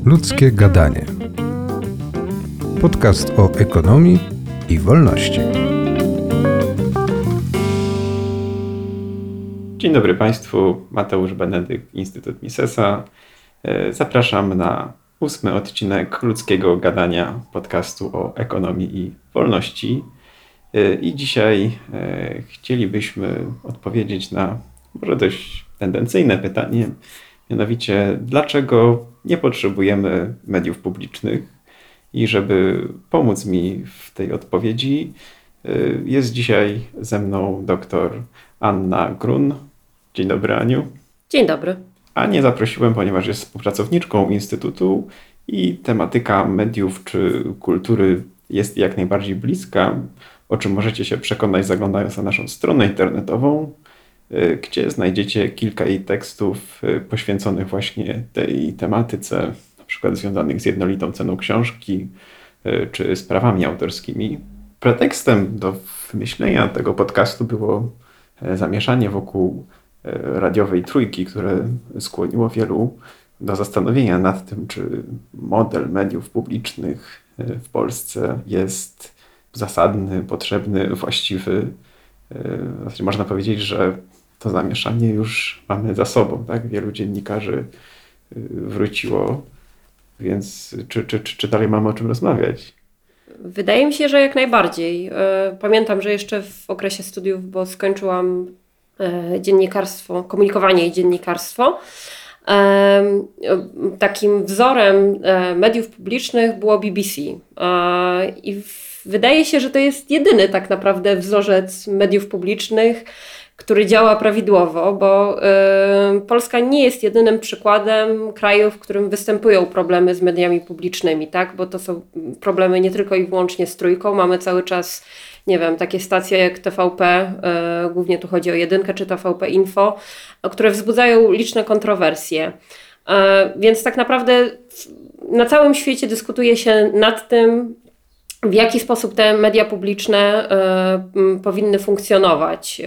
Ludzkie Gadanie. Podcast o ekonomii i wolności. Dzień dobry Państwu, Mateusz Benedykt, Instytut Misesa. Zapraszam na 8. odcinek Ludzkiego Gadania, podcastu o ekonomii i wolności. I dzisiaj chcielibyśmy odpowiedzieć na może dość tendencyjne pytanie, mianowicie dlaczego nie potrzebujemy mediów publicznych? I żeby pomóc mi w tej odpowiedzi, jest dzisiaj ze mną dr Anna Grun. Dzień dobry, Aniu. Dzień dobry. Anię zaprosiłem, ponieważ jest współpracowniczką Instytutu i tematyka mediów czy kultury jest jak najbardziej bliska, o czym możecie się przekonać zaglądając na naszą stronę internetową, gdzie znajdziecie kilka jej tekstów poświęconych właśnie tej tematyce, na przykład związanych z jednolitą ceną książki czy sprawami autorskimi. Pretekstem do wymyślenia tego podcastu było zamieszanie wokół radiowej trójki, które skłoniło wielu do zastanowienia nad tym, czy model mediów publicznych w Polsce jest zasadny, potrzebny, właściwy. Znaczy, można powiedzieć, że to zamieszanie już mamy za sobą, tak? Wielu dziennikarzy wróciło, więc czy dalej mamy o czym rozmawiać? Wydaje mi się, że jak najbardziej. Pamiętam, że jeszcze w okresie studiów, bo skończyłam dziennikarstwo, komunikowanie i dziennikarstwo. Takim wzorem mediów publicznych było BBC. I wydaje się, że to jest jedyny tak naprawdę wzorzec mediów publicznych, który działa prawidłowo, bo Polska nie jest jedynym przykładem kraju, w którym występują problemy z mediami publicznymi, tak? Bo to są problemy nie tylko i wyłącznie z trójką. Mamy cały czas, nie wiem, takie stacje jak TVP, głównie tu chodzi o Jedynkę czy TVP Info, które wzbudzają liczne kontrowersje. Więc tak naprawdę na całym świecie dyskutuje się nad tym, w jaki sposób te media publiczne powinny funkcjonować,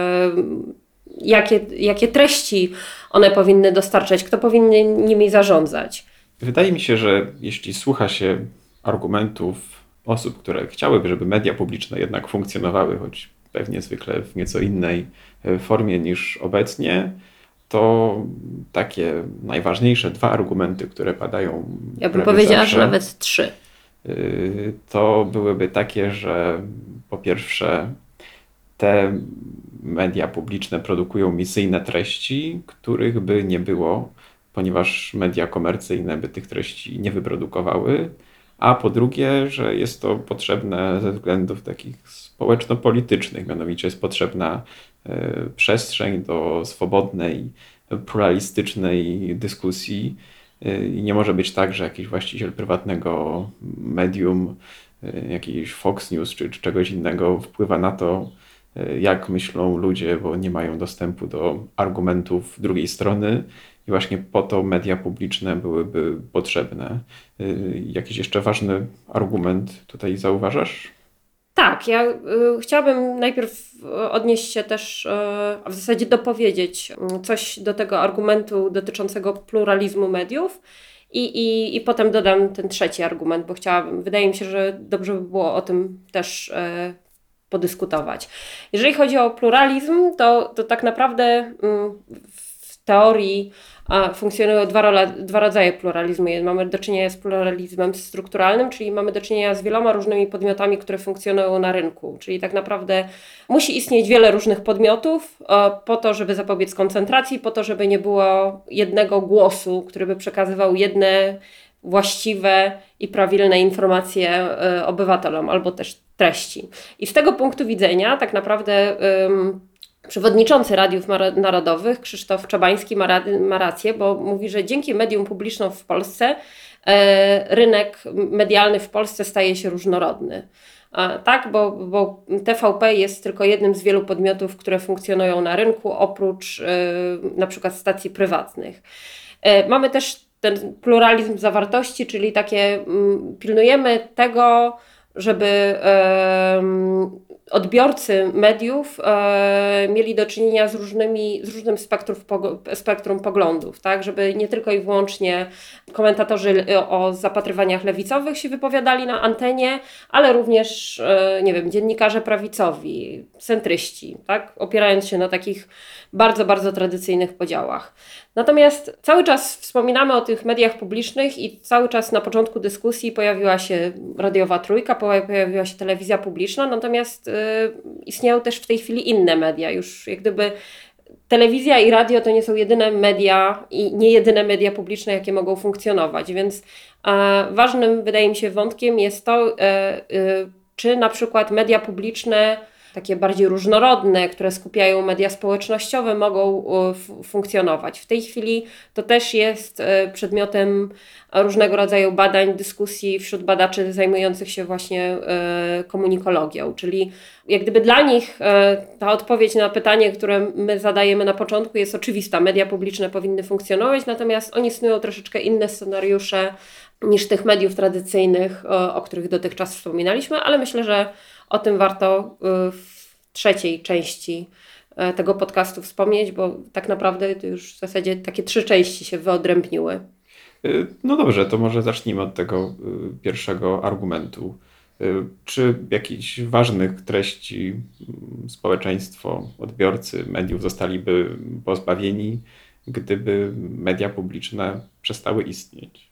jakie treści one powinny dostarczać, kto powinien nimi zarządzać. Wydaje mi się, że jeśli słucha się argumentów osób, które chciałyby, żeby media publiczne jednak funkcjonowały, choć pewnie zwykle w nieco innej formie niż obecnie, to takie najważniejsze dwa argumenty, które padają. Ja bym powiedziała, że nawet 3. To byłyby takie, że po pierwsze te media publiczne produkują misyjne treści, których by nie było, ponieważ media komercyjne by tych treści nie wyprodukowały, a po drugie, że jest to potrzebne ze względów takich społeczno-politycznych, mianowicie jest potrzebna przestrzeń do swobodnej, pluralistycznej dyskusji. I nie może być tak, że jakiś właściciel prywatnego medium, jakiś Fox News czy czegoś innego wpływa na to, jak myślą ludzie, bo nie mają dostępu do argumentów drugiej strony i właśnie po to media publiczne byłyby potrzebne. Jakiś jeszcze ważny argument tutaj zauważasz? Tak, ja chciałabym najpierw odnieść się też, a w zasadzie dopowiedzieć coś do tego argumentu dotyczącego pluralizmu mediów i potem dodam ten trzeci argument, bo wydaje mi się, że dobrze by było o tym też podyskutować. Jeżeli chodzi o pluralizm, to tak naprawdę w teorii funkcjonują dwa rodzaje pluralizmu. Mamy do czynienia z pluralizmem strukturalnym, czyli mamy do czynienia z wieloma różnymi podmiotami, które funkcjonują na rynku. Czyli tak naprawdę musi istnieć wiele różnych podmiotów po to, żeby zapobiec koncentracji, po to, żeby nie było jednego głosu, który by przekazywał jedne właściwe i prawilne informacje obywatelom albo też treści. I z tego punktu widzenia tak naprawdę przewodniczący Radiów Narodowych Krzysztof Czabański ma rację, bo mówi, że dzięki medium publicznym w Polsce rynek medialny w Polsce staje się różnorodny. Tak, bo TVP jest tylko jednym z wielu podmiotów, które funkcjonują na rynku, oprócz na przykład stacji prywatnych. Mamy też ten pluralizm zawartości, czyli takie pilnujemy tego, żeby odbiorcy mediów mieli do czynienia z różnym spektrum poglądów, tak? Żeby nie tylko i wyłącznie komentatorzy o zapatrywaniach lewicowych się wypowiadali na antenie, ale również, nie wiem, dziennikarze prawicowi, centryści, tak? Opierając się na takich bardzo, bardzo tradycyjnych podziałach. Natomiast cały czas wspominamy o tych mediach publicznych i cały czas na początku dyskusji pojawiła się radiowa trójka, pojawiła się telewizja publiczna, natomiast istnieją też w tej chwili inne media. Już jak gdyby telewizja i radio to nie są jedyne media i nie jedyne media publiczne, jakie mogą funkcjonować, więc ważnym, wydaje mi się, wątkiem jest to, czy na przykład media publiczne, takie bardziej różnorodne, które skupiają media społecznościowe, mogą funkcjonować. W tej chwili to też jest przedmiotem różnego rodzaju badań, dyskusji wśród badaczy zajmujących się właśnie komunikologią, czyli jak gdyby dla nich ta odpowiedź na pytanie, które my zadajemy na początku, jest oczywista. Media publiczne powinny funkcjonować, natomiast oni snują troszeczkę inne scenariusze niż tych mediów tradycyjnych, o których dotychczas wspominaliśmy, ale myślę, że o tym warto w trzeciej części tego podcastu wspomnieć, bo tak naprawdę to już w zasadzie takie 3 części się wyodrębniły. No dobrze, to może zacznijmy od tego pierwszego argumentu. Czy jakichś ważnych treści społeczeństwo, odbiorcy mediów zostaliby pozbawieni, gdyby media publiczne przestały istnieć?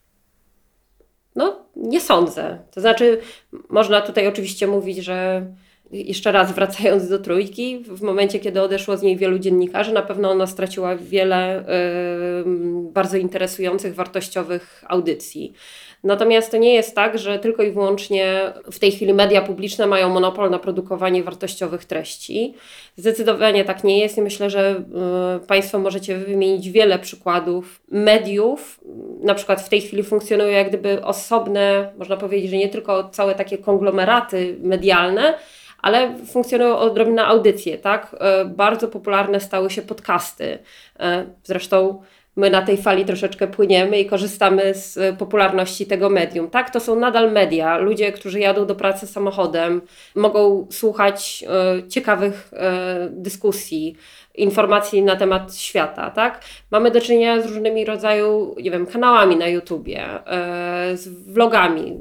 No, nie sądzę. To znaczy, można tutaj oczywiście mówić, że jeszcze raz wracając do trójki, w momencie, kiedy odeszło z niej wielu dziennikarzy, na pewno ona straciła wiele bardzo interesujących, wartościowych audycji. Natomiast to nie jest tak, że tylko i wyłącznie w tej chwili media publiczne mają monopol na produkowanie wartościowych treści. Zdecydowanie tak nie jest i myślę, że Państwo możecie wymienić wiele przykładów mediów. Na przykład w tej chwili funkcjonują jak gdyby osobne, można powiedzieć, że nie tylko całe takie konglomeraty medialne, ale funkcjonują odrobinne audycje, tak? Bardzo popularne stały się podcasty. Zresztą my na tej fali troszeczkę płyniemy i korzystamy z popularności tego medium. Tak, to są nadal media. Ludzie, którzy jadą do pracy samochodem, mogą słuchać ciekawych dyskusji, informacji na temat świata. Tak? Mamy do czynienia z różnymi rodzaju, nie wiem, kanałami na YouTubie, z vlogami.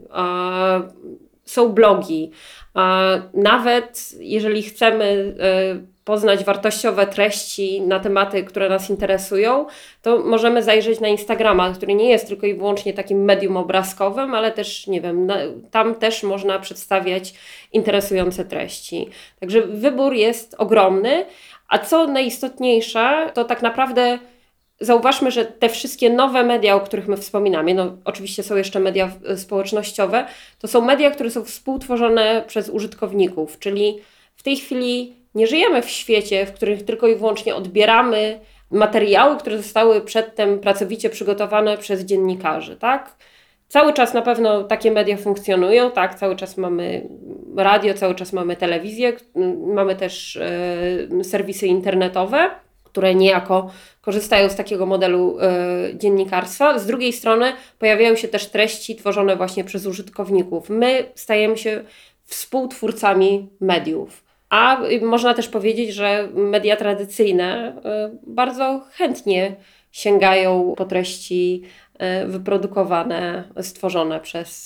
Są blogi. Nawet jeżeli chcemy poznać wartościowe treści na tematy, które nas interesują, to możemy zajrzeć na Instagrama, który nie jest tylko i wyłącznie takim medium obrazkowym, ale też, nie wiem, tam też można przedstawiać interesujące treści. Także wybór jest ogromny, a co najistotniejsze, to tak naprawdę zauważmy, że te wszystkie nowe media, o których my wspominamy, no oczywiście są jeszcze media społecznościowe, to są media, które są współtworzone przez użytkowników, czyli w tej chwili nie żyjemy w świecie, w którym tylko i wyłącznie odbieramy materiały, które zostały przedtem pracowicie przygotowane przez dziennikarzy, tak? Cały czas na pewno takie media funkcjonują, tak? Cały czas mamy radio, cały czas mamy telewizję, mamy też serwisy internetowe, które niejako korzystają z takiego modelu dziennikarstwa. Z drugiej strony pojawiają się też treści tworzone właśnie przez użytkowników. My stajemy się współtwórcami mediów. A można też powiedzieć, że media tradycyjne bardzo chętnie sięgają po treści wyprodukowane, stworzone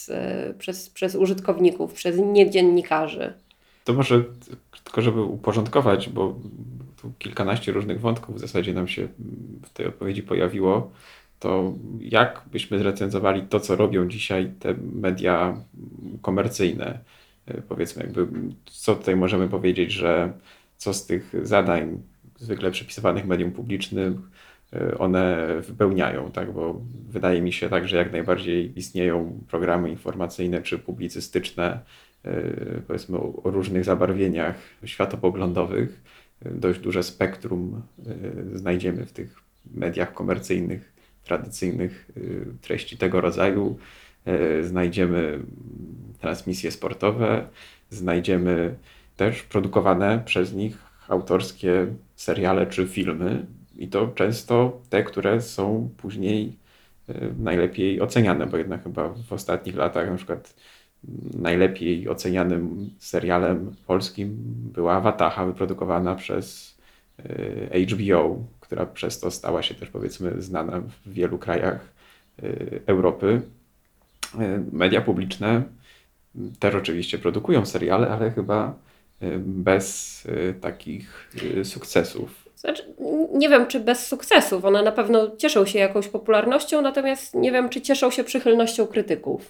przez użytkowników, przez niedziennikarzy. To może tylko, żeby uporządkować, bo tu kilkanaście różnych wątków w zasadzie nam się w tej odpowiedzi pojawiło, to jak byśmy zrecenzowali to, co robią dzisiaj te media komercyjne? Powiedzmy, jakby, co tutaj możemy powiedzieć, że co z tych zadań zwykle przypisywanych mediom publicznym one wypełniają, tak? Bo wydaje mi się tak, że jak najbardziej istnieją programy informacyjne czy publicystyczne, powiedzmy o różnych zabarwieniach światopoglądowych. Dość duże spektrum znajdziemy w tych mediach komercyjnych, tradycyjnych treści tego rodzaju. Znajdziemy transmisje sportowe, znajdziemy też produkowane przez nich autorskie seriale czy filmy i to często te, które są później najlepiej oceniane, bo jednak chyba w ostatnich latach na przykład najlepiej ocenianym serialem polskim była Wataha, wyprodukowana przez HBO, która przez to stała się też, powiedzmy, znana w wielu krajach Europy. Media publiczne też oczywiście produkują seriale, ale chyba bez takich sukcesów. Znaczy, nie wiem, czy bez sukcesów. One na pewno cieszą się jakąś popularnością, natomiast nie wiem, czy cieszą się przychylnością krytyków.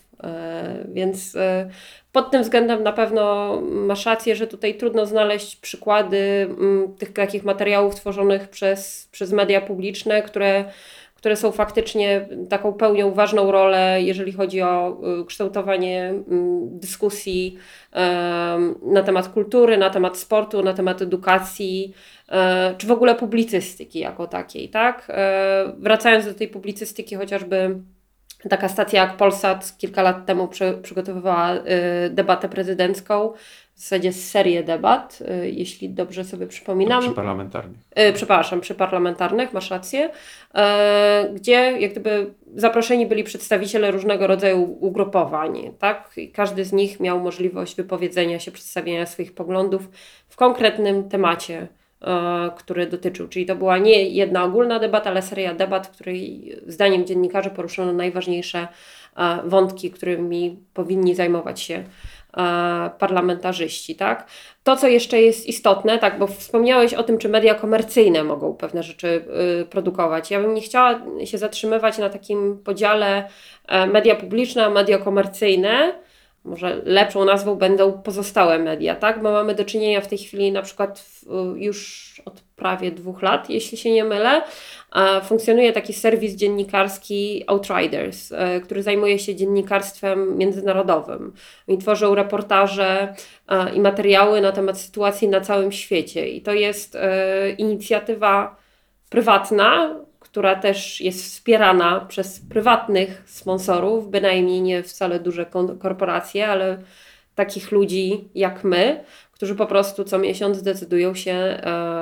Więc pod tym względem na pewno masz rację, że tutaj trudno znaleźć przykłady tych takich materiałów tworzonych przez media publiczne, które są faktycznie taką pełnią ważną rolę, jeżeli chodzi o kształtowanie dyskusji na temat kultury, na temat sportu, na temat edukacji, czy w ogóle publicystyki jako takiej, tak? Wracając do tej publicystyki, chociażby taka stacja jak Polsat kilka lat temu przygotowywała debatę prezydencką, w zasadzie serię debat, jeśli dobrze sobie przypominam. Przyparlamentarnych. Przepraszam, przyparlamentarnych, masz rację, gdzie jak gdyby zaproszeni byli przedstawiciele różnego rodzaju ugrupowań, tak? I każdy z nich miał możliwość wypowiedzenia się, przedstawienia swoich poglądów w konkretnym temacie, który dotyczył. Czyli to była nie jedna ogólna debata, ale seria debat, w której zdaniem dziennikarzy poruszono najważniejsze wątki, którymi powinni zajmować się parlamentarzyści, tak? To, co jeszcze jest istotne, tak, bo wspomniałeś o tym, czy media komercyjne mogą pewne rzeczy produkować. Ja bym nie chciała się zatrzymywać na takim podziale media publiczne, a media komercyjne. Może lepszą nazwą będą pozostałe media, tak? Bo mamy do czynienia w tej chwili na przykład już od prawie 2 lat, jeśli się nie mylę, funkcjonuje taki serwis dziennikarski Outriders, który zajmuje się dziennikarstwem międzynarodowym i tworzą reportaże i materiały na temat sytuacji na całym świecie. I to jest inicjatywa prywatna, która też jest wspierana przez prywatnych sponsorów, bynajmniej nie wcale duże korporacje, ale takich ludzi jak my, którzy po prostu co miesiąc decydują się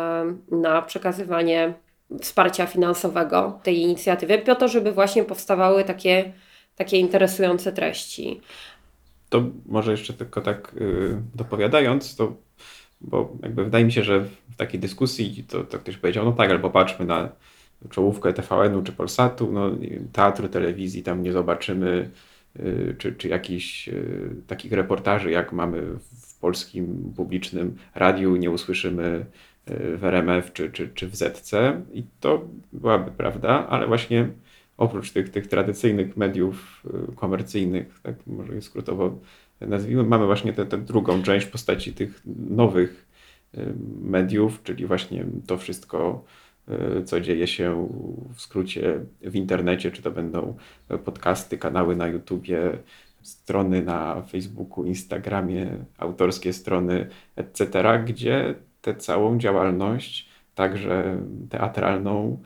na przekazywanie wsparcia finansowego tej inicjatywy, po to, żeby właśnie powstawały takie interesujące treści. To może jeszcze tylko tak dopowiadając, to, bo jakby wydaje mi się, że w takiej dyskusji to ktoś powiedział, no tak, ale popatrzmy na czołówkę TVN-u czy Polsatu, no, teatru, telewizji tam nie zobaczymy, czy jakichś takich reportaży, jak mamy w polskim publicznym radiu, nie usłyszymy w RMF czy w Zetce. I to byłaby prawda, ale właśnie oprócz tych tradycyjnych mediów komercyjnych, tak może je skrótowo nazwijmy, mamy właśnie tę drugą część w postaci tych nowych mediów, czyli właśnie to wszystko, co dzieje się w skrócie w internecie, czy to będą podcasty, kanały na YouTubie, strony na Facebooku, Instagramie, autorskie strony, etc., gdzie tę całą działalność, także teatralną,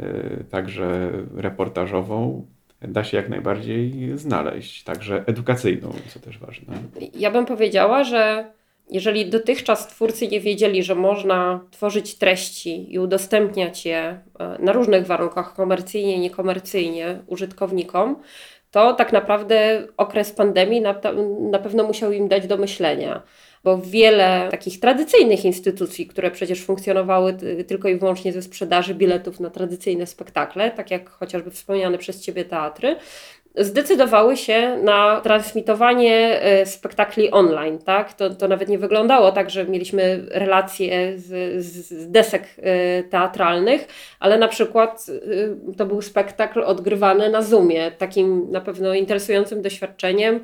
także reportażową, da się jak najbardziej znaleźć, także edukacyjną, co też ważne. Ja bym powiedziała, że jeżeli dotychczas twórcy nie wiedzieli, że można tworzyć treści i udostępniać je na różnych warunkach, komercyjnie, niekomercyjnie, użytkownikom, to tak naprawdę okres pandemii na pewno musiał im dać do myślenia. Bo wiele takich tradycyjnych instytucji, które przecież funkcjonowały tylko i wyłącznie ze sprzedaży biletów na tradycyjne spektakle, tak jak chociażby wspomniane przez Ciebie teatry, zdecydowały się na transmitowanie spektakli online. Tak? To nawet nie wyglądało tak, że mieliśmy relacje z desek teatralnych, ale na przykład to był spektakl odgrywany na Zoomie. Takim na pewno interesującym doświadczeniem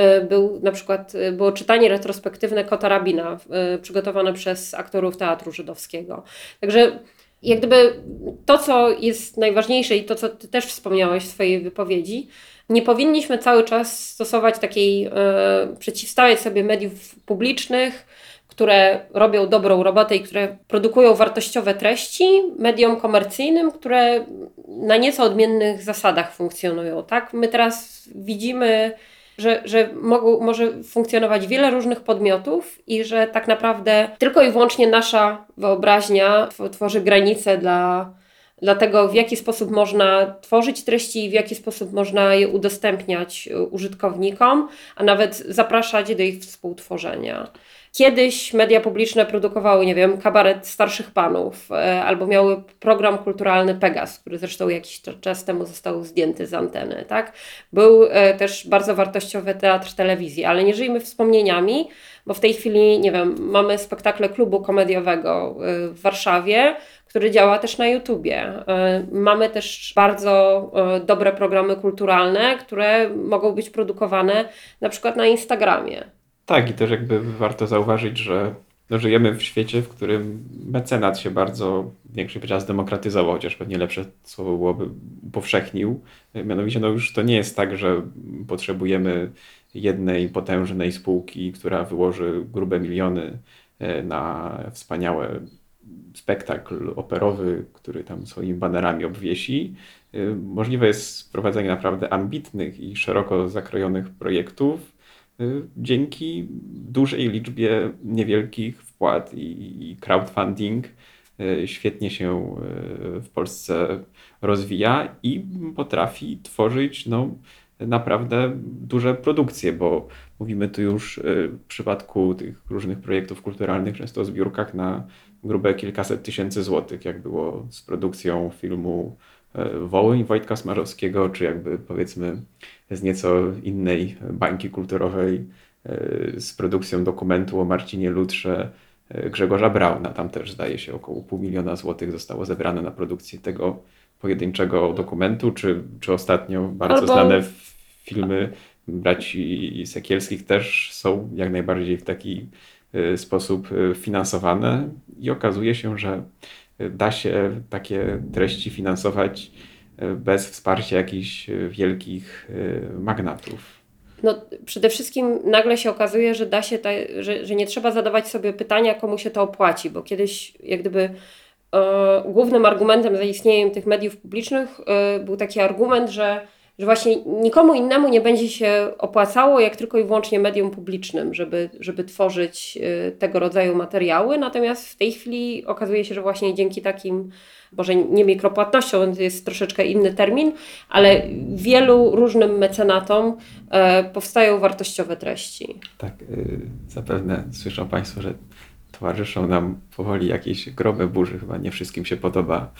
było czytanie retrospektywne Kota Rabina, przygotowane przez aktorów Teatru Żydowskiego. Także jak gdyby to, co jest najważniejsze i to, co Ty też wspomniałeś w swojej wypowiedzi, nie powinniśmy cały czas stosować przeciwstawiać sobie mediów publicznych, które robią dobrą robotę i które produkują wartościowe treści, mediom komercyjnym, które na nieco odmiennych zasadach funkcjonują. Tak? My teraz widzimy, że może funkcjonować wiele różnych podmiotów i że tak naprawdę tylko i wyłącznie nasza wyobraźnia tworzy granice Dlatego w jaki sposób można tworzyć treści i w jaki sposób można je udostępniać użytkownikom, a nawet zapraszać do ich współtworzenia. Kiedyś media publiczne produkowały, nie wiem, kabaret starszych panów, albo miały program kulturalny Pegas, który zresztą jakiś czas temu został zdjęty z anteny, tak? Był też bardzo wartościowy teatr telewizji, ale nie żyjmy wspomnieniami, bo w tej chwili, nie wiem, mamy spektakle klubu komediowego w Warszawie, który działa też na YouTubie. Mamy też bardzo dobre programy kulturalne, które mogą być produkowane na przykład na Instagramie. Tak, i też jakby warto zauważyć, że żyjemy w świecie, w którym mecenat się bardzo w większej mierze zdemokratyzował, chociaż pewnie lepsze słowo byłoby upowszechnił. Mianowicie już to nie jest tak, że potrzebujemy jednej potężnej spółki, która wyłoży grube miliony na wspaniały spektakl operowy, który tam swoimi banerami obwiesi. Możliwe jest wprowadzenie naprawdę ambitnych i szeroko zakrojonych projektów dzięki dużej liczbie niewielkich wpłat i crowdfunding świetnie się w Polsce rozwija i potrafi tworzyć naprawdę duże produkcje, bo mówimy tu już w przypadku tych różnych projektów kulturalnych często o zbiórkach na grube kilkaset tysięcy złotych, jak było z produkcją filmu Wołyń Wojtka Smarzowskiego, czy jakby powiedzmy z nieco innej bańki kulturowej z produkcją dokumentu o Marcinie Lutrze Grzegorza Brauna. Tam też zdaje się około 500 000 złotych zostało zebrane na produkcję tego pojedynczego dokumentu, czy ostatnio bardzo znane filmy braci Sekielskich też są jak najbardziej w taki sposób finansowane i okazuje się, że da się takie treści finansować bez wsparcia jakichś wielkich magnatów. No, przede wszystkim nagle się okazuje, że da się, że nie trzeba zadawać sobie pytania, komu się to opłaci, bo kiedyś jak gdyby głównym argumentem za istnieniem tych mediów publicznych był taki argument, że właśnie nikomu innemu nie będzie się opłacało, jak tylko i wyłącznie medium publicznym, żeby tworzyć tego rodzaju materiały. Natomiast w tej chwili okazuje się, że właśnie dzięki takim, może nie mikropłatnościom, to jest troszeczkę inny termin, ale wielu różnym mecenatom powstają wartościowe treści. Tak, zapewne słyszą Państwo, że towarzyszą nam powoli jakieś gromy burzy. Chyba nie wszystkim się podoba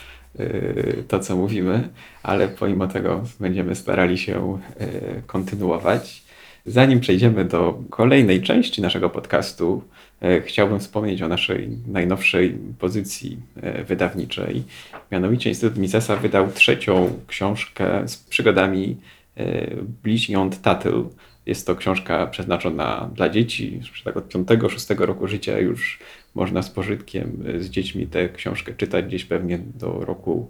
to, co mówimy, ale pomimo tego będziemy starali się kontynuować. Zanim przejdziemy do kolejnej części naszego podcastu, chciałbym wspomnieć o naszej najnowszej pozycji wydawniczej. Mianowicie Instytut Misesa wydał 3. książkę z przygodami bliźniąt Tatyl. Jest to książka przeznaczona dla dzieci. Tak od 5-6 roku życia już można z pożytkiem z dziećmi tę książkę czytać, gdzieś pewnie do roku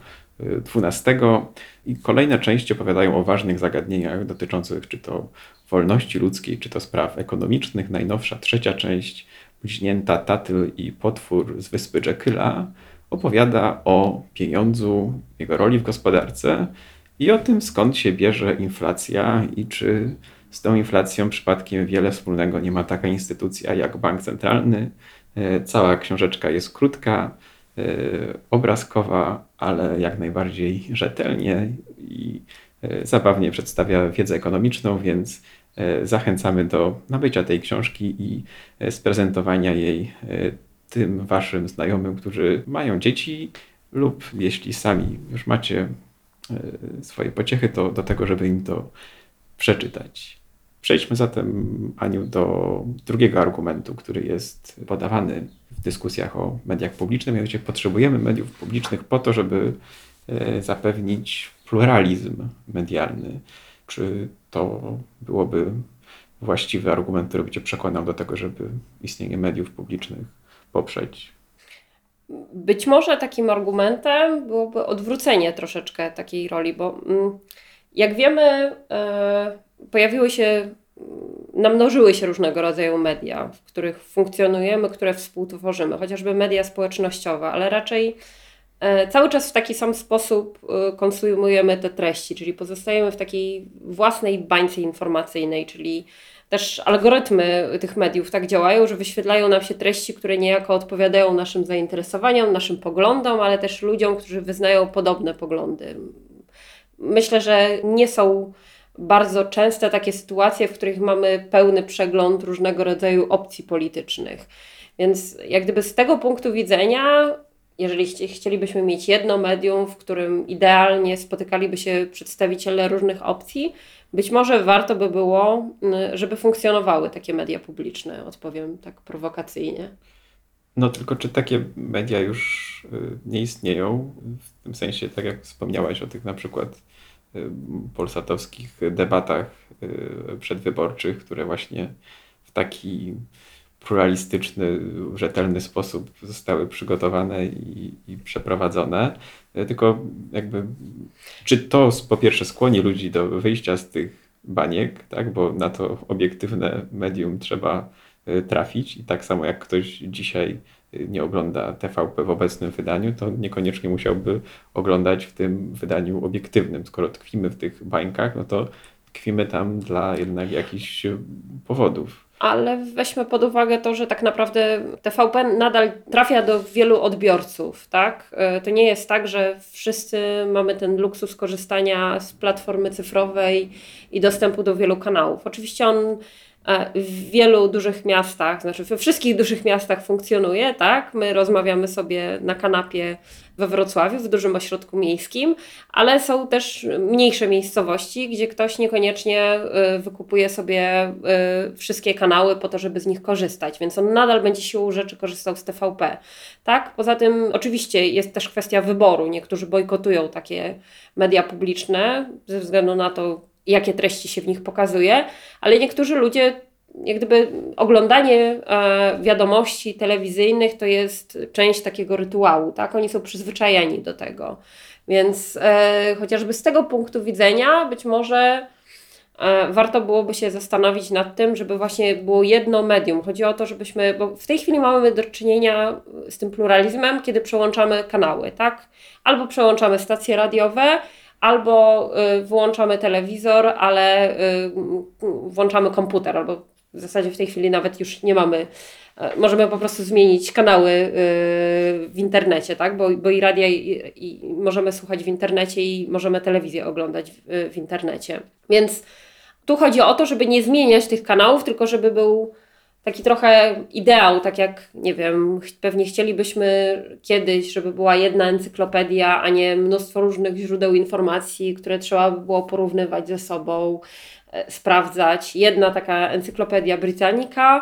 12. I kolejne części opowiadają o ważnych zagadnieniach dotyczących czy to wolności ludzkiej, czy to spraw ekonomicznych. Najnowsza 3. część, Bliźnięta Tatyl i potwór z wyspy Jekylla, opowiada o pieniądzu, jego roli w gospodarce i o tym, skąd się bierze inflacja i czy z tą inflacją przypadkiem wiele wspólnego nie ma taka instytucja jak bank centralny. Cała książeczka jest krótka, obrazkowa, ale jak najbardziej rzetelnie i zabawnie przedstawia wiedzę ekonomiczną, więc zachęcamy do nabycia tej książki i sprezentowania jej tym waszym znajomym, którzy mają dzieci lub jeśli sami już macie swoje pociechy, to do tego, żeby im to przeczytać. Przejdźmy zatem, Aniu, do drugiego argumentu, który jest podawany w dyskusjach o mediach publicznych. Mianowicie potrzebujemy mediów publicznych po to, żeby zapewnić pluralizm medialny. Czy to byłoby właściwy argument, który by cię przekonał do tego, żeby istnienie mediów publicznych poprzeć? Być może takim argumentem byłoby odwrócenie troszeczkę takiej roli, bo jak wiemy, namnożyły się różnego rodzaju media, w których funkcjonujemy, które współtworzymy, chociażby media społecznościowe, ale raczej cały czas w taki sam sposób konsumujemy te treści, czyli pozostajemy w takiej własnej bańce informacyjnej, czyli też algorytmy tych mediów tak działają, że wyświetlają nam się treści, które niejako odpowiadają naszym zainteresowaniom, naszym poglądom, ale też ludziom, którzy wyznają podobne poglądy. Myślę, że nie są bardzo częste takie sytuacje, w których mamy pełny przegląd różnego rodzaju opcji politycznych. Więc jak gdyby z tego punktu widzenia, jeżeli chcielibyśmy mieć jedno medium, w którym idealnie spotykaliby się przedstawiciele różnych opcji, być może warto by było, żeby funkcjonowały takie media publiczne, odpowiem tak prowokacyjnie. No tylko czy takie media już nie istnieją? W tym sensie, tak jak wspomniałaś o tych na przykład polsatowskich debatach przedwyborczych, które właśnie w taki pluralistyczny, rzetelny sposób zostały przygotowane i przeprowadzone. Tylko jakby, czy to po pierwsze skłoni ludzi do wyjścia z tych baniek, tak? Bo na to obiektywne medium trzeba trafić i tak samo jak ktoś dzisiaj nie ogląda TVP w obecnym wydaniu, to niekoniecznie musiałby oglądać w tym wydaniu obiektywnym. Skoro tkwimy w tych bańkach, no to tkwimy tam dla jednak jakichś powodów. Ale weźmy pod uwagę to, że tak naprawdę TVP nadal trafia do wielu odbiorców, tak? To nie jest tak, że wszyscy mamy ten luksus korzystania z platformy cyfrowej i dostępu do wielu kanałów. Oczywiście on w wielu dużych miastach, znaczy we wszystkich dużych miastach funkcjonuje, tak? My rozmawiamy sobie na kanapie we Wrocławiu, w dużym ośrodku miejskim, ale są też mniejsze miejscowości, gdzie ktoś niekoniecznie wykupuje sobie wszystkie kanały po to, żeby z nich korzystać, więc on nadal będzie siłą rzeczy korzystał z TVP, tak? Poza tym oczywiście jest też kwestia wyboru. Niektórzy bojkotują takie media publiczne ze względu na to, jakie treści się w nich pokazuje, ale niektórzy ludzie, jak gdyby oglądanie wiadomości telewizyjnych to jest część takiego rytuału, tak? Oni są przyzwyczajeni do tego. Więc chociażby z tego punktu widzenia być może warto byłoby się zastanowić nad tym, żeby właśnie było jedno medium. Chodzi o to, żebyśmy, bo w tej chwili mamy do czynienia z tym pluralizmem, kiedy przełączamy kanały, tak? Albo przełączamy stacje radiowe, albo wyłączamy telewizor, ale włączamy komputer, albo w zasadzie w tej chwili nawet już nie mamy, możemy po prostu zmienić kanały w internecie, tak? Bo i radia i możemy słuchać w internecie i możemy telewizję oglądać w internecie. Więc tu chodzi o to, żeby nie zmieniać tych kanałów, tylko żeby był taki trochę ideał, tak jak, nie wiem, pewnie chcielibyśmy kiedyś, żeby była jedna encyklopedia, a nie mnóstwo różnych źródeł informacji, które trzeba by było porównywać ze sobą, sprawdzać. Jedna taka encyklopedia Britannica,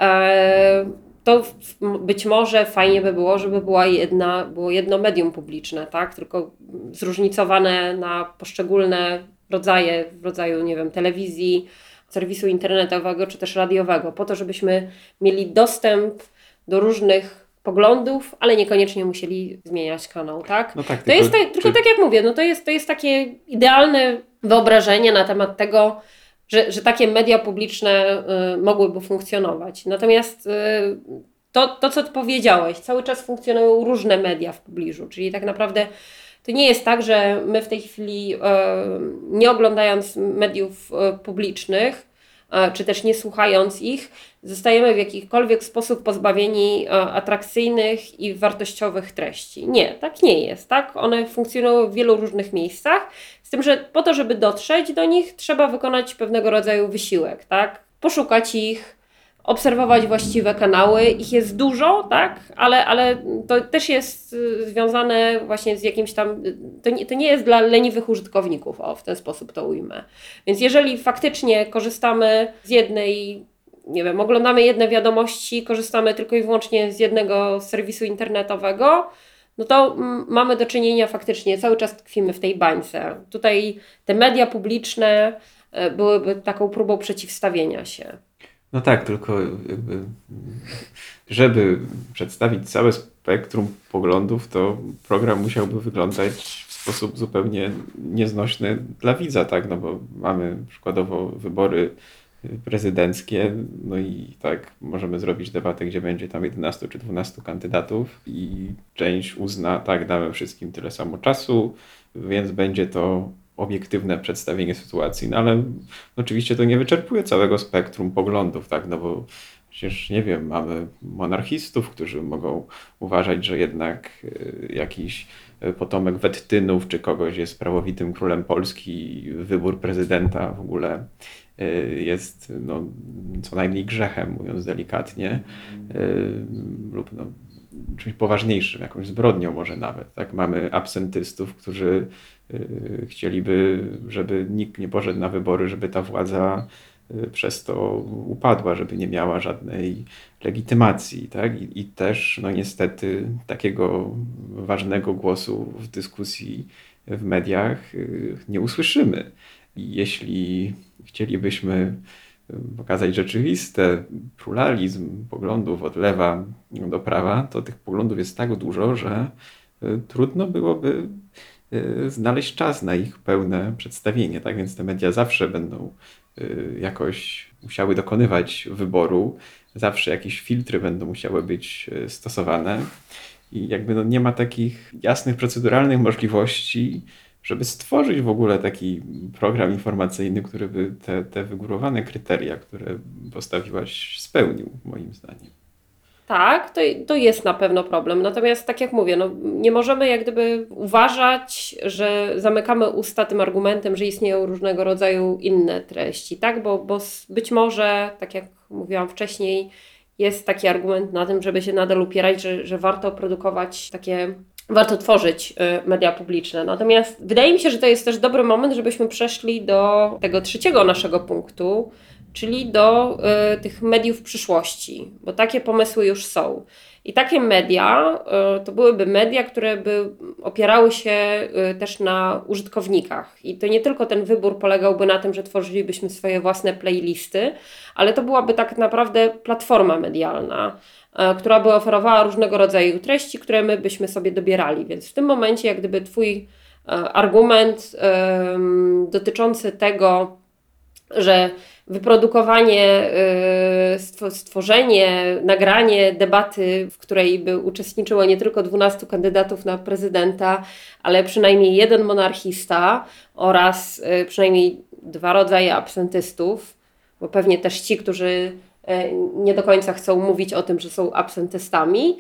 to być może fajnie by było, żeby było jedno medium publiczne, tak? Tylko zróżnicowane na poszczególne rodzaje, w rodzaju, nie wiem, telewizji, serwisu internetowego czy też radiowego, po to, żebyśmy mieli dostęp do różnych poglądów, ale niekoniecznie musieli zmieniać kanał, tak? No tak, To jest tylko tak jak mówię, no to jest takie idealne wyobrażenie na temat tego, że takie media publiczne mogłyby funkcjonować. Natomiast to, co ty powiedziałeś, cały czas funkcjonują różne media w pobliżu, czyli tak naprawdę to nie jest tak, że my w tej chwili, nie oglądając mediów publicznych, czy też nie słuchając ich, zostajemy w jakikolwiek sposób pozbawieni atrakcyjnych i wartościowych treści. Nie, tak nie jest. Tak? One funkcjonują w wielu różnych miejscach, z tym, że po to, żeby dotrzeć do nich, trzeba wykonać pewnego rodzaju wysiłek. Tak? Poszukać ich, obserwować właściwe kanały. Ich jest dużo, tak? Ale to też jest związane właśnie z jakimś tam... To nie jest dla leniwych użytkowników, w ten sposób to ujmę. Więc jeżeli faktycznie korzystamy z jednej, nie wiem, oglądamy jedne wiadomości, korzystamy tylko i wyłącznie z jednego serwisu internetowego, no to mamy do czynienia faktycznie, cały czas tkwimy w tej bańce. Tutaj te media publiczne byłyby taką próbą przeciwstawienia się. No tak, tylko jakby, żeby przedstawić całe spektrum poglądów, to program musiałby wyglądać w sposób zupełnie nieznośny dla widza, tak? No bo mamy przykładowo wybory prezydenckie. No i tak możemy zrobić debatę, gdzie będzie tam 11 czy 12 kandydatów i część uzna, tak, damy wszystkim tyle samo czasu, więc będzie to obiektywne przedstawienie sytuacji. No ale oczywiście to nie wyczerpuje całego spektrum poglądów, tak, no bo przecież, nie wiem, mamy monarchistów, którzy mogą uważać, że jednak jakiś potomek Wettynów czy kogoś jest prawowitym królem Polski i wybór prezydenta w ogóle jest no, co najmniej grzechem, mówiąc delikatnie, lub no, czymś poważniejszym, jakąś zbrodnią może nawet. Tak? Mamy absentystów, którzy chcieliby, żeby nikt nie poszedł na wybory, żeby ta władza przez to upadła, żeby nie miała żadnej legitymacji. Tak? I też no niestety takiego ważnego głosu w dyskusji w mediach nie usłyszymy. I jeśli chcielibyśmy pokazać rzeczywisty pluralizm poglądów od lewa do prawa, to tych poglądów jest tak dużo, że trudno byłoby znaleźć czas na ich pełne przedstawienie. Tak więc te media zawsze będą jakoś musiały dokonywać wyboru, zawsze jakieś filtry będą musiały być stosowane i jakby no nie ma takich jasnych, proceduralnych możliwości, żeby stworzyć w ogóle taki program informacyjny, który by te wygórowane kryteria, które postawiłaś, spełnił, moim zdaniem. Tak, to jest na pewno problem. Natomiast tak jak mówię, no, nie możemy jak gdyby uważać, że zamykamy usta tym argumentem, że istnieją różnego rodzaju inne treści, tak? Bo być może, tak jak mówiłam wcześniej, jest taki argument na tym, żeby się nadal upierać, że warto produkować warto tworzyć media publiczne. Natomiast wydaje mi się, że to jest też dobry moment, żebyśmy przeszli do tego trzeciego naszego punktu, czyli do tych mediów przyszłości, bo takie pomysły już są. I takie media to byłyby media, które by opierały się też na użytkownikach. I to nie tylko ten wybór polegałby na tym, że tworzylibyśmy swoje własne playlisty, ale to byłaby tak naprawdę platforma medialna, która by oferowała różnego rodzaju treści, które my byśmy sobie dobierali. Więc w tym momencie jak gdyby Twój argument dotyczący tego, że wyprodukowanie, stworzenie, nagranie debaty, w której by uczestniczyło nie tylko 12 kandydatów na prezydenta, ale przynajmniej jeden monarchista oraz przynajmniej 2 rodzaje absentystów, bo pewnie też ci, którzy nie do końca chcą mówić o tym, że są absentystami,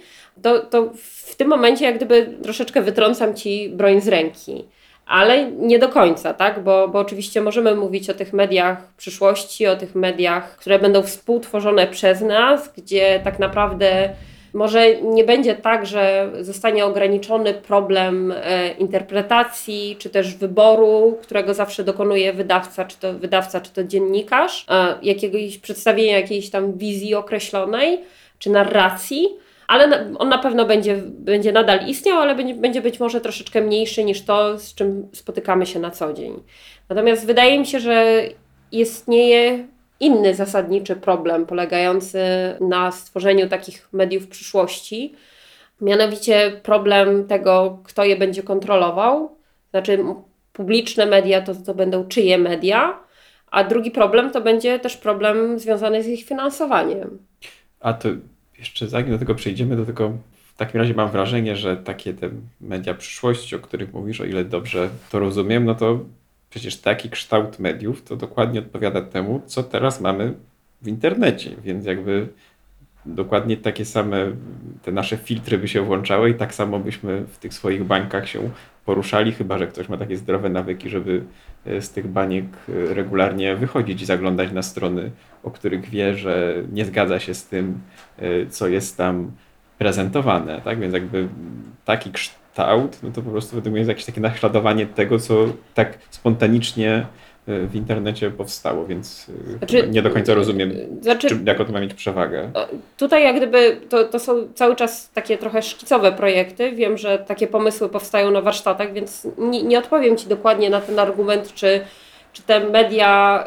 to w tym momencie jak gdyby troszeczkę wytrącam Ci broń z ręki. Ale nie do końca, tak? Bo oczywiście możemy mówić o tych mediach przyszłości, o tych mediach, które będą współtworzone przez nas, gdzie tak naprawdę może nie będzie tak, że zostanie ograniczony problem interpretacji, czy też wyboru, którego zawsze dokonuje wydawca, czy to dziennikarz, jakiegoś przedstawienia jakiejś tam wizji określonej, czy narracji, ale on na pewno będzie nadal istniał, ale będzie być może troszeczkę mniejszy niż to, z czym spotykamy się na co dzień. Natomiast wydaje mi się, że istnieje inny zasadniczy problem polegający na stworzeniu takich mediów przyszłości, mianowicie problem tego, kto je będzie kontrolował, znaczy publiczne media to będą czyje media, a drugi problem to będzie też problem związany z ich finansowaniem. A to jeszcze zanim do tego przejdziemy, do tego w takim razie mam wrażenie, że takie te media przyszłości, o których mówisz, o ile dobrze to rozumiem, no to przecież taki kształt mediów to dokładnie odpowiada temu, co teraz mamy w internecie, więc jakby dokładnie takie same te nasze filtry by się włączały i tak samo byśmy w tych swoich bańkach się poruszali, chyba że ktoś ma takie zdrowe nawyki, żeby z tych baniek regularnie wychodzić i zaglądać na strony, o których wie, że nie zgadza się z tym, co jest tam prezentowane. Tak? Więc jakby taki kształt, no to po prostu według mnie jest jakieś takie naśladowanie tego, co tak spontanicznie w internecie powstało, więc nie do końca rozumiem, jaką to ma mieć przewagę. Tutaj jak gdyby to są cały czas takie trochę szkicowe projekty. Wiem, że takie pomysły powstają na warsztatach, więc nie odpowiem Ci dokładnie na ten argument, czy te media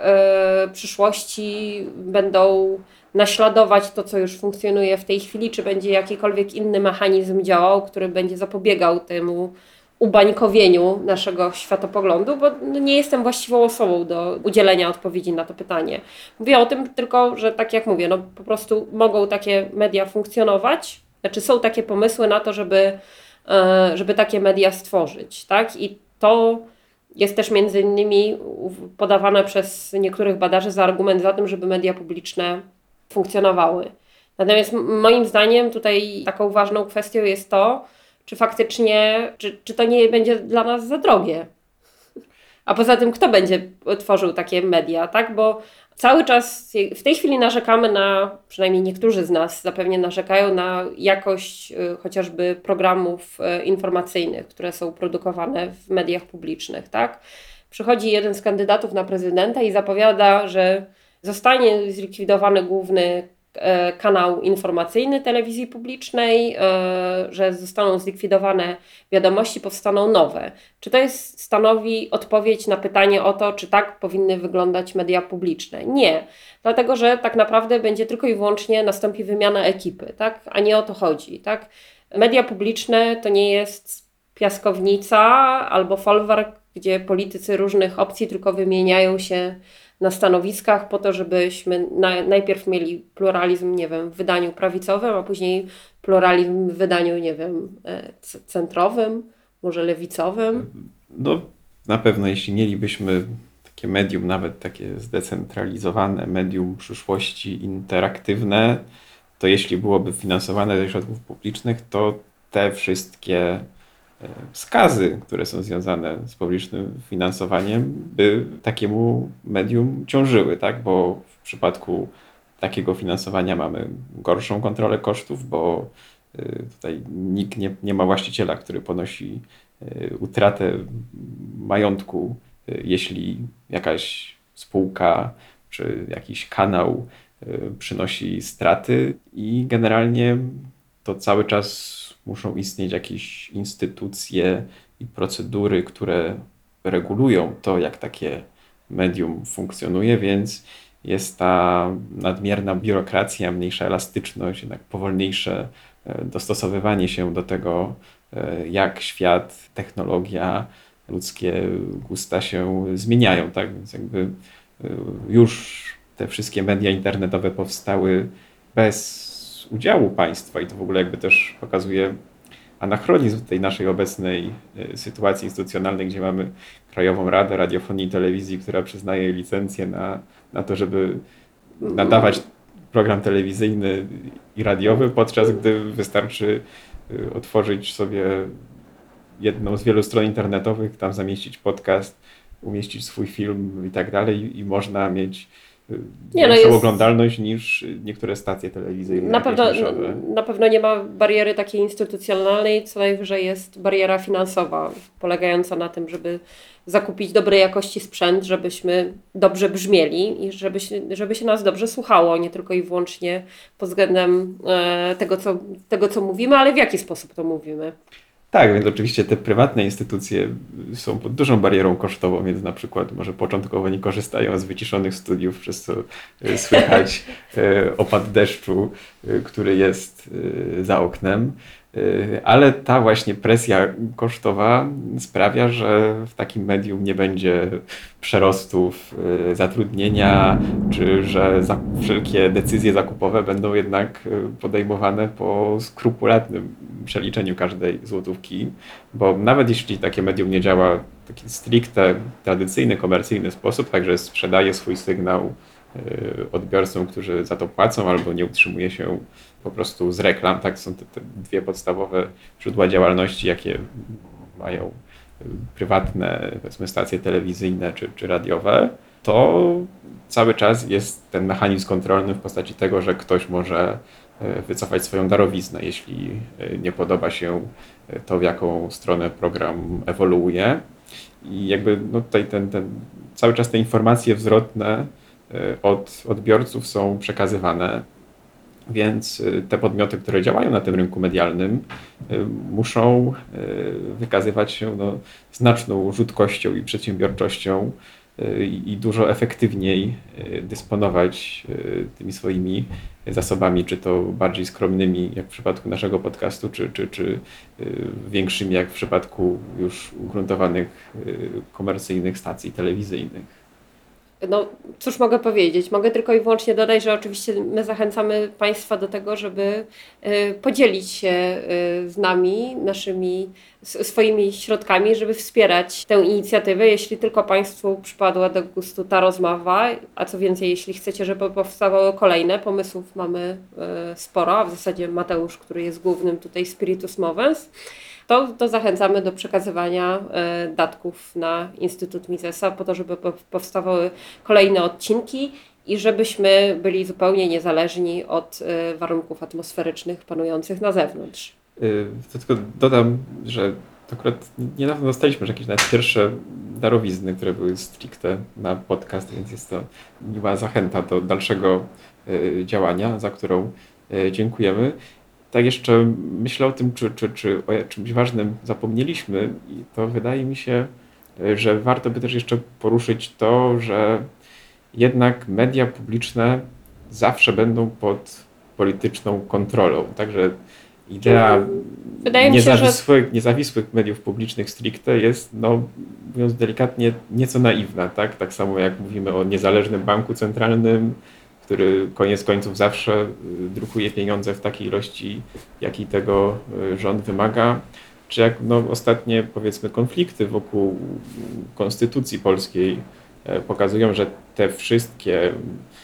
przyszłości będą naśladować to, co już funkcjonuje w tej chwili, czy będzie jakikolwiek inny mechanizm działał, który będzie zapobiegał ubańkowieniu naszego światopoglądu, bo nie jestem właściwą osobą do udzielenia odpowiedzi na to pytanie. Mówię o tym tylko, że tak jak mówię, po prostu mogą takie media funkcjonować, znaczy są takie pomysły na to, żeby takie media stworzyć, tak? I to jest też między innymi podawane przez niektórych badaczy za argument za tym, żeby media publiczne funkcjonowały. Natomiast moim zdaniem tutaj taką ważną kwestią jest to, czy faktycznie, czy to nie będzie dla nas za drogie. A poza tym, kto będzie tworzył takie media, tak? Bo cały czas w tej chwili narzekamy przynajmniej niektórzy z nas zapewne narzekają na jakość chociażby programów informacyjnych, które są produkowane w mediach publicznych, tak? Przychodzi jeden z kandydatów na prezydenta i zapowiada, że zostanie zlikwidowany główny kanał informacyjny telewizji publicznej, że zostaną zlikwidowane wiadomości, powstaną nowe. Czy to stanowi odpowiedź na pytanie o to, czy tak powinny wyglądać media publiczne? Nie, dlatego że tak naprawdę będzie tylko i wyłącznie nastąpi wymiana ekipy, tak? A nie o to chodzi, tak? Media publiczne to nie jest piaskownica albo folwark, gdzie politycy różnych opcji tylko wymieniają się na stanowiskach po to, żebyśmy najpierw mieli pluralizm, nie wiem, w wydaniu prawicowym, a później pluralizm w wydaniu, nie wiem, centrowym, może lewicowym. No na pewno, jeśli mielibyśmy takie medium, nawet takie zdecentralizowane, medium przyszłości interaktywne, to jeśli byłoby finansowane ze środków publicznych, to te wszystkie wskazy, które są związane z publicznym finansowaniem, by takiemu medium ciążyły, tak? Bo w przypadku takiego finansowania mamy gorszą kontrolę kosztów, bo tutaj nikt nie ma właściciela, który ponosi utratę majątku, jeśli jakaś spółka czy jakiś kanał przynosi straty i generalnie to cały czas muszą istnieć jakieś instytucje i procedury, które regulują to, jak takie medium funkcjonuje, więc jest ta nadmierna biurokracja, mniejsza elastyczność, jednak powolniejsze dostosowywanie się do tego, jak świat, technologia, ludzkie gusta się zmieniają. Tak? Więc jakby już te wszystkie media internetowe powstały bez udziału państwa i to w ogóle jakby też pokazuje anachronizm tej naszej obecnej sytuacji instytucjonalnej, gdzie mamy Krajową Radę Radiofonii i Telewizji, która przyznaje licencję na to, żeby nadawać program telewizyjny i radiowy, podczas gdy wystarczy otworzyć sobie jedną z wielu stron internetowych, tam zamieścić podcast, umieścić swój film i tak dalej i można mieć większą oglądalność niż niektóre stacje telewizyjne. Na pewno nie ma bariery takiej instytucjonalnej, co najwyżej jest bariera finansowa, polegająca na tym, żeby zakupić dobrej jakości sprzęt, żebyśmy dobrze brzmieli i żeby się nas dobrze słuchało, nie tylko i wyłącznie pod względem tego, co mówimy, ale w jaki sposób to mówimy. Tak, więc oczywiście te prywatne instytucje są pod dużą barierą kosztową, więc na przykład może początkowo nie korzystają z wyciszonych studiów, przez co słychać opad deszczu, który jest za oknem. Ale ta właśnie presja kosztowa sprawia, że w takim medium nie będzie przerostów zatrudnienia, czy że wszelkie decyzje zakupowe będą jednak podejmowane po skrupulatnym przeliczeniu każdej złotówki, bo nawet jeśli takie medium nie działa w taki stricte tradycyjny, komercyjny sposób, także sprzedaje swój sygnał odbiorcom, którzy za to płacą, albo nie utrzymuje się po prostu z reklam. Tak są te dwie podstawowe źródła działalności, jakie mają prywatne, powiedzmy, stacje telewizyjne czy radiowe, to cały czas jest ten mechanizm kontrolny w postaci tego, że ktoś może wycofać swoją darowiznę, jeśli nie podoba się to, w jaką stronę program ewoluuje. I jakby tutaj cały czas te informacje zwrotne od odbiorców są przekazywane, więc te podmioty, które działają na tym rynku medialnym, muszą wykazywać się znaczną rzutkością i przedsiębiorczością, i dużo efektywniej dysponować tymi swoimi zasobami, czy to bardziej skromnymi, jak w przypadku naszego podcastu, czy większymi, jak w przypadku już ugruntowanych komercyjnych stacji telewizyjnych. No, cóż mogę powiedzieć? Mogę tylko i wyłącznie dodać, że oczywiście my zachęcamy Państwa do tego, żeby podzielić się z nami swoimi środkami, żeby wspierać tę inicjatywę, jeśli tylko Państwu przypadła do gustu ta rozmowa, a co więcej, jeśli chcecie, żeby powstawały kolejne, pomysłów mamy sporo, a w zasadzie Mateusz, który jest głównym tutaj spiritus movens, to zachęcamy do przekazywania datków na Instytut Misesa po to, żeby powstawały kolejne odcinki i żebyśmy byli zupełnie niezależni od warunków atmosferycznych panujących na zewnątrz. To tylko dodam, że akurat niedawno dostaliśmy jakieś nawet pierwsze darowizny, które były stricte na podcast, więc jest to miła zachęta do dalszego działania, za którą dziękujemy. Tak jeszcze myślę o tym, czy o czymś ważnym zapomnieliśmy i to wydaje mi się, że warto by też jeszcze poruszyć to, że jednak media publiczne zawsze będą pod polityczną kontrolą. Także idea niezawisłych mediów publicznych stricte jest, no, mówiąc delikatnie, nieco naiwna. Tak samo jak mówimy o niezależnym banku centralnym, który koniec końców zawsze drukuje pieniądze w takiej ilości, jakiej tego rząd wymaga, czy jak ostatnie, powiedzmy, konflikty wokół konstytucji polskiej pokazują, że te wszystkie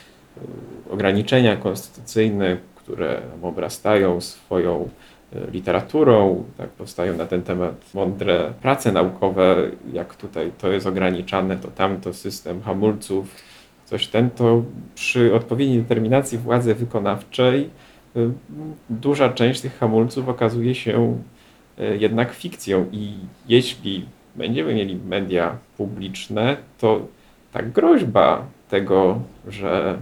ograniczenia konstytucyjne, które obrastają swoją literaturą, tak, powstają na ten temat mądre prace naukowe, jak tutaj to jest ograniczane, to tamto, system hamulców, to przy odpowiedniej determinacji władzy wykonawczej duża część tych hamulców okazuje się jednak fikcją i jeśli będziemy mieli media publiczne, to ta groźba tego, że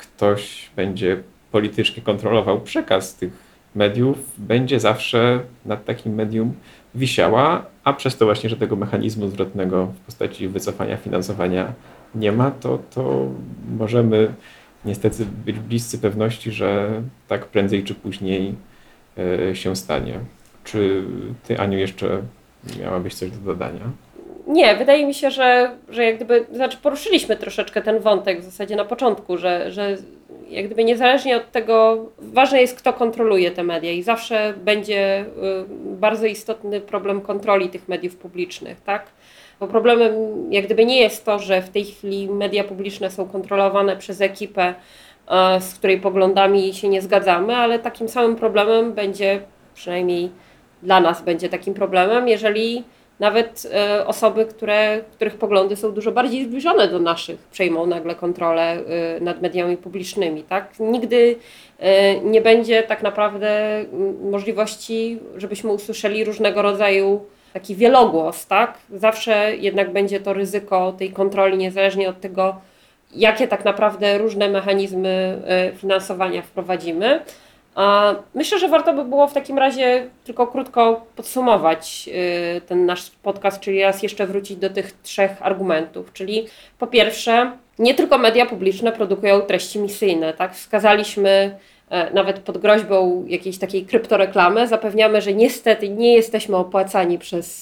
ktoś będzie politycznie kontrolował przekaz tych mediów, będzie zawsze nad takim medium wisiała, a przez to właśnie, że tego mechanizmu zwrotnego w postaci wycofania finansowania nie ma, to możemy niestety być bliscy pewności, że tak prędzej czy później się stanie. Czy ty, Aniu, jeszcze miałabyś coś do dodania? Nie, wydaje mi się, że jak gdyby, poruszyliśmy troszeczkę ten wątek w zasadzie na początku, że jak gdyby niezależnie od tego, ważne jest, kto kontroluje te media i zawsze będzie bardzo istotny problem kontroli tych mediów publicznych, tak? Bo problemem jak gdyby nie jest to, że w tej chwili media publiczne są kontrolowane przez ekipę, z której poglądami się nie zgadzamy, ale takim samym problemem będzie, przynajmniej dla nas będzie takim problemem, jeżeli nawet osoby, których poglądy są dużo bardziej zbliżone do naszych, przejmą nagle kontrolę nad mediami publicznymi. Tak? Nigdy nie będzie tak naprawdę możliwości, żebyśmy usłyszeli różnego rodzaju taki wielogłos. Tak? Zawsze jednak będzie to ryzyko tej kontroli, niezależnie od tego, jakie tak naprawdę różne mechanizmy finansowania wprowadzimy. Myślę, że warto by było w takim razie tylko krótko podsumować ten nasz podcast, czyli raz jeszcze wrócić do tych 3 argumentów. Czyli po pierwsze, nie tylko media publiczne produkują treści misyjne. Tak? Wskazaliśmy nawet pod groźbą jakiejś takiej kryptoreklamy, zapewniamy, że niestety nie jesteśmy opłacani przez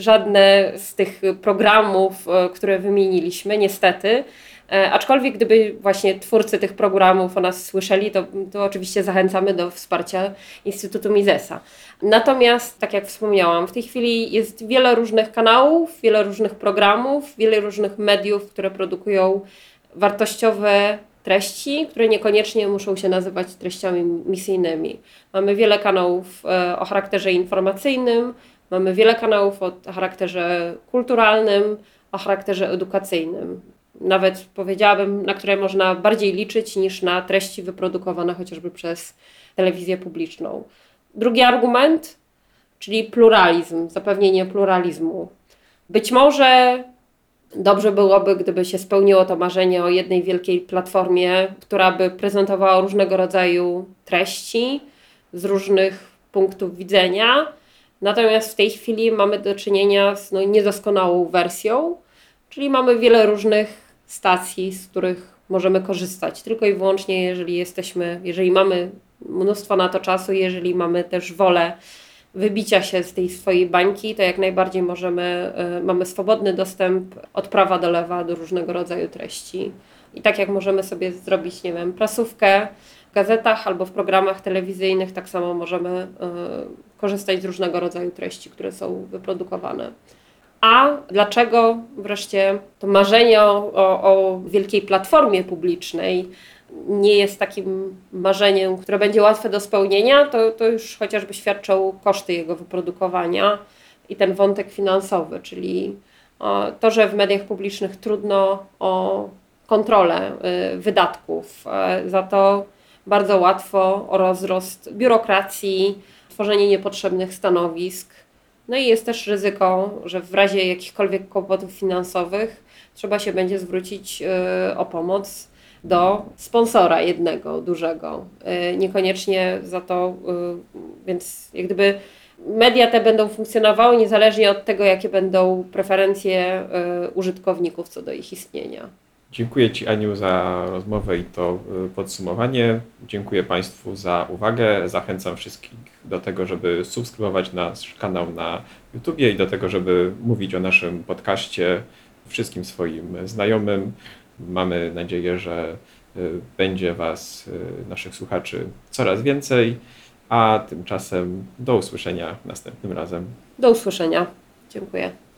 żadne z tych programów, które wymieniliśmy, niestety. Aczkolwiek gdyby właśnie twórcy tych programów o nas słyszeli, to oczywiście zachęcamy do wsparcia Instytutu Misesa. Natomiast, tak jak wspomniałam, w tej chwili jest wiele różnych kanałów, wiele różnych programów, wiele różnych mediów, które produkują wartościowe treści, które niekoniecznie muszą się nazywać treściami misyjnymi. Mamy wiele kanałów o charakterze informacyjnym, mamy wiele kanałów o charakterze kulturalnym, o charakterze edukacyjnym. Nawet powiedziałabym, na które można bardziej liczyć niż na treści wyprodukowane chociażby przez telewizję publiczną. Drugi argument, czyli pluralizm, zapewnienie pluralizmu. Być może dobrze byłoby, gdyby się spełniło to marzenie o jednej wielkiej platformie, która by prezentowała różnego rodzaju treści z różnych punktów widzenia. Natomiast w tej chwili mamy do czynienia z niedoskonałą wersją, Czyli mamy wiele różnych stacji, z których możemy korzystać tylko i wyłącznie, jeżeli mamy mnóstwo na to czasu, jeżeli mamy też wolę wybicia się z tej swojej bańki, to jak najbardziej mamy swobodny dostęp od prawa do lewa do różnego rodzaju treści. I tak jak możemy sobie zrobić, nie wiem, prasówkę w gazetach albo w programach telewizyjnych, tak samo możemy korzystać z różnego rodzaju treści, które są wyprodukowane. A dlaczego wreszcie to marzenie o wielkiej platformie publicznej nie jest takim marzeniem, które będzie łatwe do spełnienia, to już chociażby świadczą koszty jego wyprodukowania i ten wątek finansowy, czyli to, że w mediach publicznych trudno o kontrolę wydatków, za to bardzo łatwo o rozrost biurokracji, tworzenie niepotrzebnych stanowisk. No i jest też ryzyko, że w razie jakichkolwiek kłopotów finansowych trzeba się będzie zwrócić o pomoc do sponsora jednego, dużego. Niekoniecznie za to, więc jak gdyby media te będą funkcjonowały niezależnie od tego, jakie będą preferencje użytkowników co do ich istnienia. Dziękuję Ci, Aniu, za rozmowę i to podsumowanie. Dziękuję Państwu za uwagę. Zachęcam wszystkich do tego, żeby subskrybować nasz kanał na YouTubie i do tego, żeby mówić o naszym podcaście wszystkim swoim znajomym. Mamy nadzieję, że będzie Was, naszych słuchaczy, coraz więcej, a tymczasem do usłyszenia następnym razem. Do usłyszenia. Dziękuję.